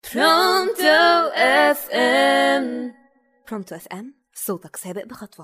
برونتو اف ام. برونتو اف ام، صوتك سابق بخطوة.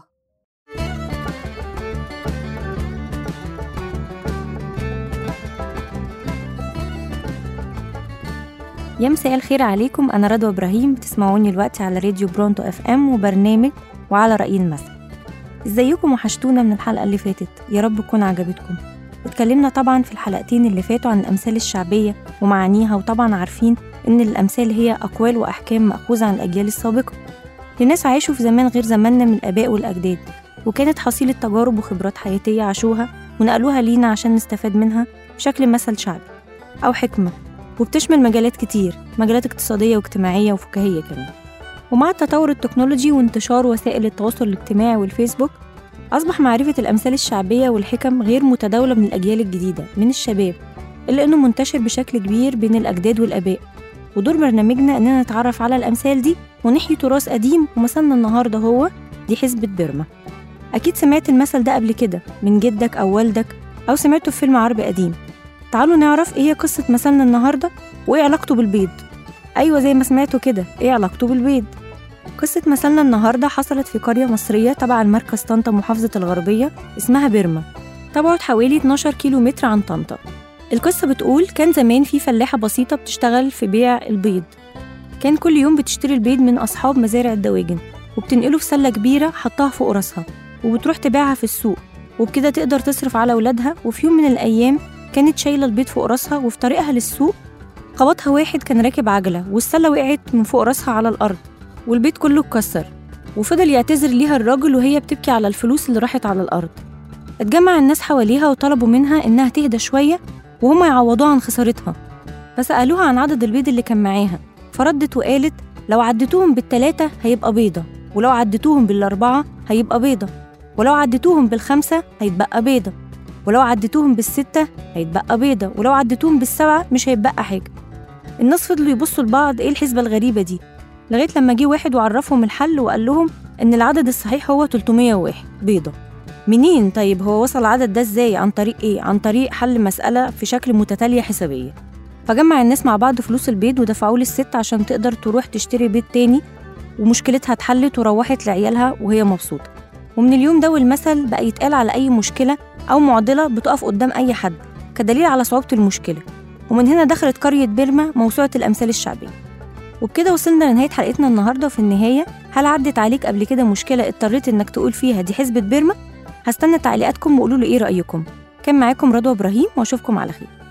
يا مساء الخير عليكم، أنا رضوى إبراهيم، بتسمعوني الوقت على راديو برونتو اف ام وبرنامج وعلى رأي المثل. ازيكم؟ وحشتونا من الحلقة اللي فاتت، يا رب تكون عجبتكم. اتكلمنا طبعا في الحلقتين اللي فاتوا عن الأمثال الشعبية ومعانيها، وطبعا عارفين إن الأمثال هي أقوال وأحكام مأخوذة عن الأجيال السابقة لناس عاشوا في زمان غير زماننا من الآباء والأجداد، وكانت حصيلة تجارب وخبرات حياتية عاشوها ونقلوها لينا عشان نستفاد منها بشكل مثل شعبي أو حكمة، وبتشمل مجالات كتير، مجالات اقتصادية واجتماعية وفكاهية كمان. ومع التطور التكنولوجي وانتشار وسائل التواصل الاجتماعي والفيسبوك، أصبح معرفة الأمثال الشعبية والحكم غير متداولة من الأجيال الجديدة من الشباب، إلا إنه منتشر بشكل كبير بين الأجداد والآباء. ودور برنامجنا إننا نتعرف على الأمثال دي ونحيي تراث قديم، ومثلنا النهاردة هو دي حسبة بيرما. أكيد سمعت المثل ده قبل كده من جدك أو والدك، أو سمعته في فيلم عربي قديم. تعالوا نعرف إيه هي قصة مثلنا النهاردة وإيه علاقته بالبيض. أيوة زي ما سمعتوا كده، إيه علاقته بالبيض. قصة مثلنا النهاردة حصلت في قرية مصرية تبع المركز طنطا محافظة الغربية اسمها بيرما، تبعد حوالي 12 كيلومتر عن طنطا. القصة بتقول كان زمان في فلاحة بسيطة بتشتغل في بيع البيض. كان كل يوم بتشتري البيض من أصحاب مزارع الدواجن وبتنقله في سلة كبيرة حطها فوق راسها، وبتروح تبيعها في السوق، وبكده تقدر تصرف على أولادها. وفي يوم من الأيام كانت شايلة البيض فوق راسها، وفي طريقها للسوق خبطها واحد كان راكب عجلة، والسلة وقعت من فوق راسها على الأرض، والبيت كله اتكسر. وفضل يعتذر ليها الراجل وهي بتبكي على الفلوس اللي راحت على الأرض. اتجمع الناس حواليها وطلبوا منها إنها تهدى شوية وهم يعوضوها عن خسارتها، فسألوها عن عدد البيض اللي كان معاها، فردت وقالت لو عدتوهم بال3 هيبقى بيضة، ولو عدتوهم بال4 هيبقى بيضة، ولو عدتوهم بال5 هيتبقى بيضة، ولو عدتوهم بال6 هيتبقى بيضة، ولو عدتوهم بال7 مش هيتبقى حاجة. الناس فضلوا يبصوا لبعض، ايه الحسبة الغريبة دي، لغاية لما جه واحد وعرفهم الحل وقال لهم إن العدد الصحيح هو 301 بيضة. منين طيب هو وصل العدد ده ازاي؟ عن طريق ايه؟ عن طريق حل مسألة في شكل متتالية حسابية. فجمع الناس مع بعض فلوس البيض ودفعوه للست عشان تقدر تروح تشتري بيض تاني، ومشكلتها اتحلت وروحت لعيالها وهي مبسوطة. ومن اليوم ده والمثل بقى يتقال على أي مشكلة أو معضلة بتقف قدام أي حد كدليل على صعوبة المشكلة. ومن هنا دخلت قرية بيرما موسوعة الأمثال الشعبية. وبكده وصلنا لنهاية حلقتنا النهاردة. وفي النهاية، هل عدت عليك قبل كده مشكلة اضطريت إنك تقول فيها دي حسبة بيرما؟ هستنى تعليقاتكم وقولوا لي إيه رأيكم. كان معاكم رضوى إبراهيم، وأشوفكم على خير.